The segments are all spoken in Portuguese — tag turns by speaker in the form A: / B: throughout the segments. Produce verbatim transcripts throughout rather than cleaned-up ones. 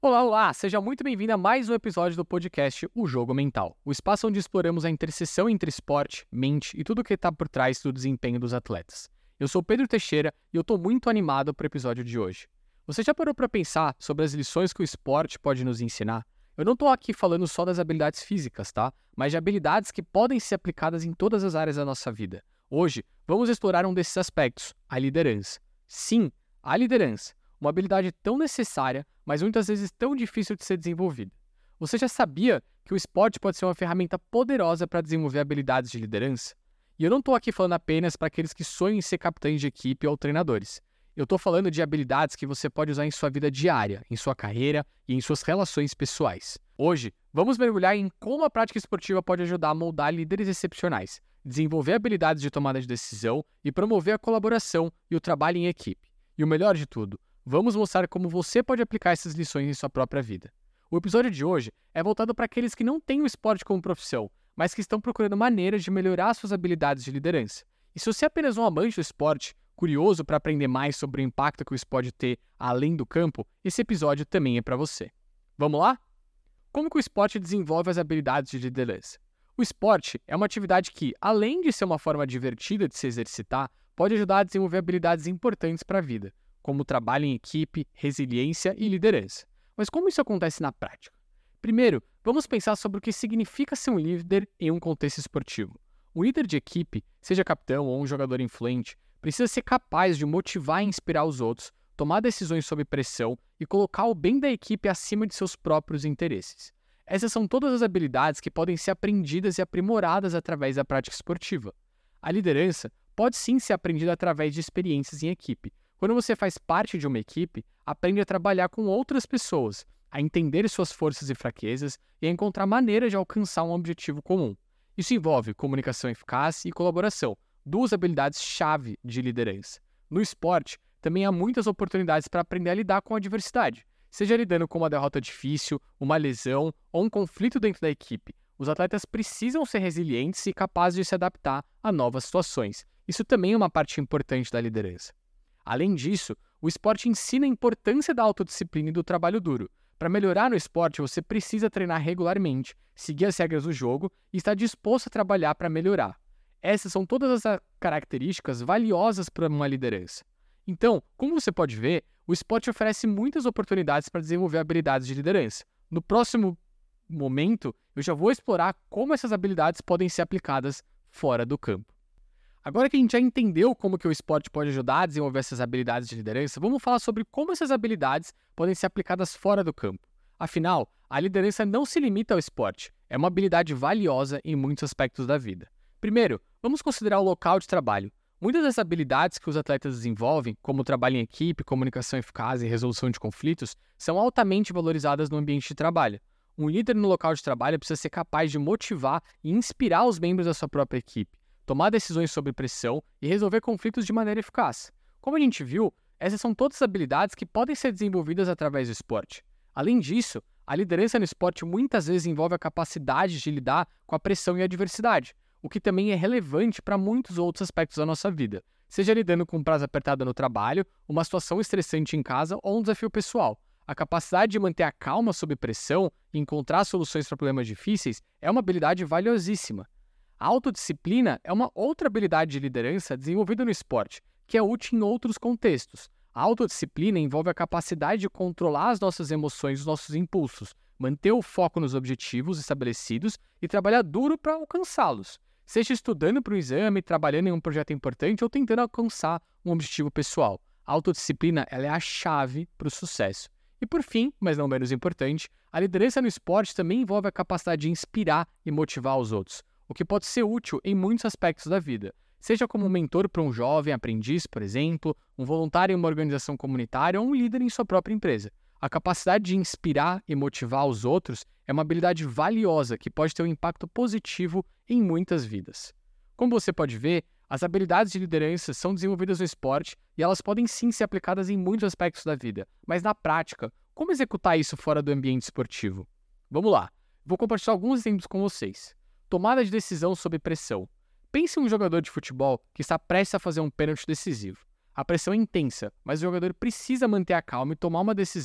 A: Olá, olá! Seja muito bem-vindo a mais um episódio do podcast O Jogo Mental, o espaço onde exploramos a interseção entre esporte, mente e tudo o que está por trás do desempenho dos atletas. Eu sou Pedro Teixeira e eu estou muito animado para o episódio de hoje. Você já parou para pensar sobre as lições que o esporte pode nos ensinar? Eu não estou aqui falando só das habilidades físicas, tá? Mas de habilidades que podem ser aplicadas em todas as áreas da nossa vida. Hoje, vamos explorar um desses aspectos, a liderança. Sim, a liderança. Uma habilidade tão necessária, mas muitas vezes tão difícil de ser desenvolvida. Você já sabia que o esporte pode ser uma ferramenta poderosa para desenvolver habilidades de liderança? E eu não estou aqui falando apenas para aqueles que sonham em ser capitães de equipe ou treinadores. Eu estou falando de habilidades que você pode usar em sua vida diária, em sua carreira e em suas relações pessoais. Hoje, vamos mergulhar em como a prática esportiva pode ajudar a moldar líderes excepcionais, desenvolver habilidades de tomada de decisão e promover a colaboração e o trabalho em equipe. E o melhor de tudo, vamos mostrar como você pode aplicar essas lições em sua própria vida. O episódio de hoje é voltado para aqueles que não têm o esporte como profissão, mas que estão procurando maneiras de melhorar suas habilidades de liderança. E se você é apenas um amante do esporte, curioso para aprender mais sobre o impacto que o esporte pode ter além do campo, esse episódio também é para você. Vamos lá? Como que o esporte desenvolve as habilidades de liderança? O esporte é uma atividade que, além de ser uma forma divertida de se exercitar, pode ajudar a desenvolver habilidades importantes para a vida, como trabalho em equipe, resiliência e liderança. Mas como isso acontece na prática? Primeiro, vamos pensar sobre o que significa ser um líder em um contexto esportivo. Um líder de equipe, seja capitão ou um jogador influente, precisa ser capaz de motivar e inspirar os outros, tomar decisões sob pressão e colocar o bem da equipe acima de seus próprios interesses. Essas são todas as habilidades que podem ser aprendidas e aprimoradas através da prática esportiva. A liderança pode sim ser aprendida através de experiências em equipe. Quando você faz parte de uma equipe, aprende a trabalhar com outras pessoas, a entender suas forças e fraquezas e a encontrar maneiras de alcançar um objetivo comum. Isso envolve comunicação eficaz e colaboração, duas habilidades-chave de liderança. No esporte, também há muitas oportunidades para aprender a lidar com a adversidade, seja lidando com uma derrota difícil, uma lesão ou um conflito dentro da equipe. Os atletas precisam ser resilientes e capazes de se adaptar a novas situações. Isso também é uma parte importante da liderança. Além disso, o esporte ensina a importância da autodisciplina e do trabalho duro. Para melhorar no esporte, você precisa treinar regularmente, seguir as regras do jogo e estar disposto a trabalhar para melhorar. Essas são todas as características valiosas para uma liderança. Então, como você pode ver, o esporte oferece muitas oportunidades para desenvolver habilidades de liderança. No próximo momento, eu já vou explorar como essas habilidades podem ser aplicadas fora do campo. Agora que a gente já entendeu como que o esporte pode ajudar a desenvolver essas habilidades de liderança, vamos falar sobre como essas habilidades podem ser aplicadas fora do campo. Afinal, a liderança não se limita ao esporte, é uma habilidade valiosa em muitos aspectos da vida. Primeiro, vamos considerar o local de trabalho. Muitas das habilidades que os atletas desenvolvem, como trabalho em equipe, comunicação eficaz e resolução de conflitos, são altamente valorizadas no ambiente de trabalho. Um líder no local de trabalho precisa ser capaz de motivar e inspirar os membros da sua própria equipe, tomar decisões sob pressão e resolver conflitos de maneira eficaz. Como a gente viu, essas são todas habilidades que podem ser desenvolvidas através do esporte. Além disso, a liderança no esporte muitas vezes envolve a capacidade de lidar com a pressão e a adversidade, o que também é relevante para muitos outros aspectos da nossa vida, seja lidando com um prazo apertado no trabalho, uma situação estressante em casa ou um desafio pessoal. A capacidade de manter a calma sob pressão e encontrar soluções para problemas difíceis é uma habilidade valiosíssima. A autodisciplina é uma outra habilidade de liderança desenvolvida no esporte, que é útil em outros contextos. A autodisciplina envolve a capacidade de controlar as nossas emoções e os nossos impulsos, manter o foco nos objetivos estabelecidos e trabalhar duro para alcançá-los, seja estudando para um exame, trabalhando em um projeto importante ou tentando alcançar um objetivo pessoal. A autodisciplina ela é a chave para o sucesso. E por fim, mas não menos importante, a liderança no esporte também envolve a capacidade de inspirar e motivar os outros, o que pode ser útil em muitos aspectos da vida, seja como um mentor para um jovem aprendiz, por exemplo, um voluntário em uma organização comunitária ou um líder em sua própria empresa. A capacidade de inspirar e motivar os outros é uma habilidade valiosa que pode ter um impacto positivo em muitas vidas. Como você pode ver, as habilidades de liderança são desenvolvidas no esporte e elas podem sim ser aplicadas em muitos aspectos da vida, mas na prática, como executar isso fora do ambiente esportivo? Vamos lá, vou compartilhar alguns exemplos com vocês. Tomada de decisão sob pressão. Pense em um jogador de futebol que está prestes a fazer um pênalti decisivo. A pressão é intensa, mas o jogador precisa manter a calma e tomar uma decisão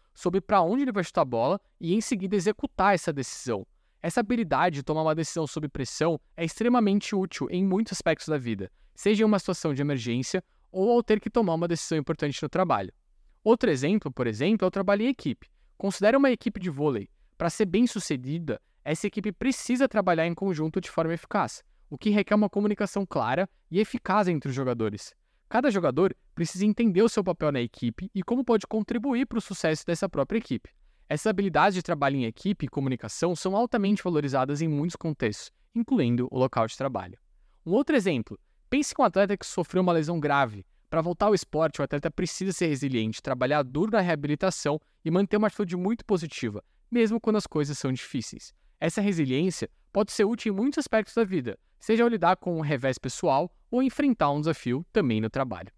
A: sobre para onde ele vai chutar a bola e em seguida executar essa decisão. Essa habilidade de tomar uma decisão sob pressão é extremamente útil em muitos aspectos da vida, seja em uma situação de emergência ou ao ter que tomar uma decisão importante no trabalho. Outro exemplo, por exemplo, é o trabalho em equipe. Considere uma equipe de vôlei. Para ser bem-sucedida, essa equipe precisa trabalhar em conjunto de forma eficaz, o que requer uma comunicação clara e eficaz entre os jogadores. Cada jogador precisa entender o seu papel na equipe e como pode contribuir para o sucesso dessa própria equipe. Essas habilidades de trabalho em equipe e comunicação são altamente valorizadas em muitos contextos, incluindo o local de trabalho. Um outro exemplo, pense em um atleta que sofreu uma lesão grave. Para voltar ao esporte, o atleta precisa ser resiliente, trabalhar duro na reabilitação e manter uma atitude muito positiva, mesmo quando as coisas são difíceis. Essa resiliência pode ser útil em muitos aspectos da vida, seja ao lidar com um revés pessoal ou enfrentar um desafio também no trabalho.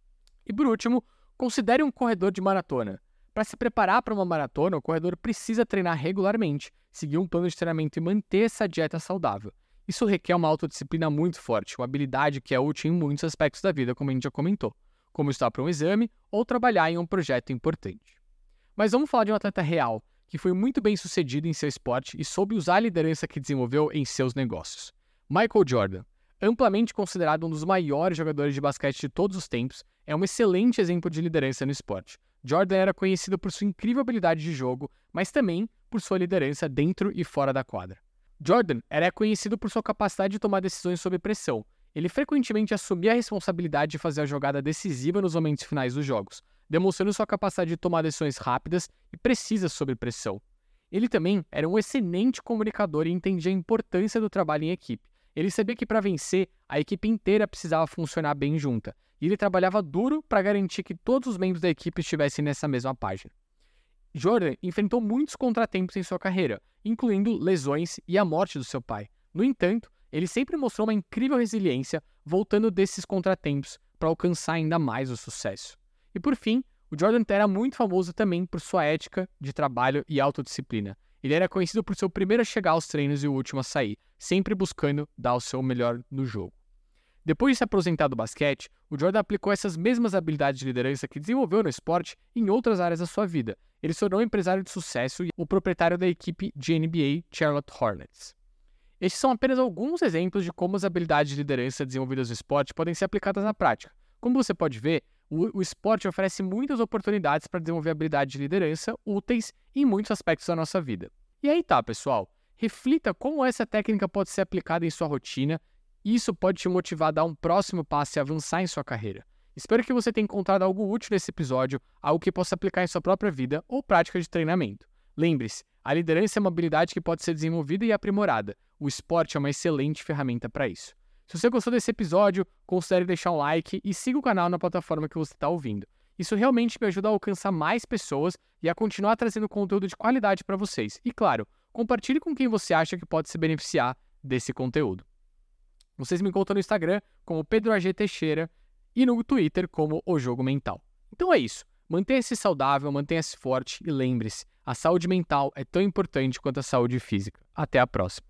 A: E por último, considere um corredor de maratona. Para se preparar para uma maratona, o corredor precisa treinar regularmente, seguir um plano de treinamento e manter essa dieta saudável. Isso requer uma autodisciplina muito forte, uma habilidade que é útil em muitos aspectos da vida, como a gente já comentou, como estudar para um exame ou trabalhar em um projeto importante. Mas vamos falar de um atleta real, que foi muito bem sucedido em seu esporte e soube usar a liderança que desenvolveu em seus negócios. Michael Jordan, amplamente considerado um dos maiores jogadores de basquete de todos os tempos, é um excelente exemplo de liderança no esporte. Jordan era conhecido por sua incrível habilidade de jogo, mas também por sua liderança dentro e fora da quadra. Jordan era conhecido por sua capacidade de tomar decisões sob pressão. Ele frequentemente assumia a responsabilidade de fazer a jogada decisiva nos momentos finais dos jogos, demonstrando sua capacidade de tomar decisões rápidas e precisas sob pressão. Ele também era um excelente comunicador e entendia a importância do trabalho em equipe. Ele sabia que para vencer, a equipe inteira precisava funcionar bem junta, e ele trabalhava duro para garantir que todos os membros da equipe estivessem nessa mesma página. Jordan enfrentou muitos contratempos em sua carreira, incluindo lesões e a morte do seu pai. No entanto, ele sempre mostrou uma incrível resiliência, voltando desses contratempos para alcançar ainda mais o sucesso. E por fim, o Jordan era muito famoso também por sua ética de trabalho e autodisciplina. Ele era conhecido por ser o primeiro a chegar aos treinos e o último a sair, sempre buscando dar o seu melhor no jogo. Depois de se aposentar do basquete, o Jordan aplicou essas mesmas habilidades de liderança que desenvolveu no esporte em outras áreas da sua vida. Ele se tornou um empresário de sucesso e o proprietário da equipe de N B A Charlotte Hornets. Estes são apenas alguns exemplos de como as habilidades de liderança desenvolvidas no esporte podem ser aplicadas na prática. Como você pode ver, o, o esporte oferece muitas oportunidades para desenvolver habilidades de liderança úteis em muitos aspectos da nossa vida. E aí tá, pessoal. Reflita como essa técnica pode ser aplicada em sua rotina. Isso pode te motivar a dar um próximo passo e avançar em sua carreira. Espero que você tenha encontrado algo útil nesse episódio, algo que possa aplicar em sua própria vida ou prática de treinamento. Lembre-se, a liderança é uma habilidade que pode ser desenvolvida e aprimorada. O esporte é uma excelente ferramenta para isso. Se você gostou desse episódio, considere deixar um like e siga o canal na plataforma que você está ouvindo. Isso realmente me ajuda a alcançar mais pessoas e a continuar trazendo conteúdo de qualidade para vocês. E claro, compartilhe com quem você acha que pode se beneficiar desse conteúdo. Vocês me encontram no Instagram como Pedro A G Teixeira e no Twitter como O Jogo Mental. Então é isso. Mantenha-se saudável, mantenha-se forte e lembre-se, a saúde mental é tão importante quanto a saúde física. Até a próxima.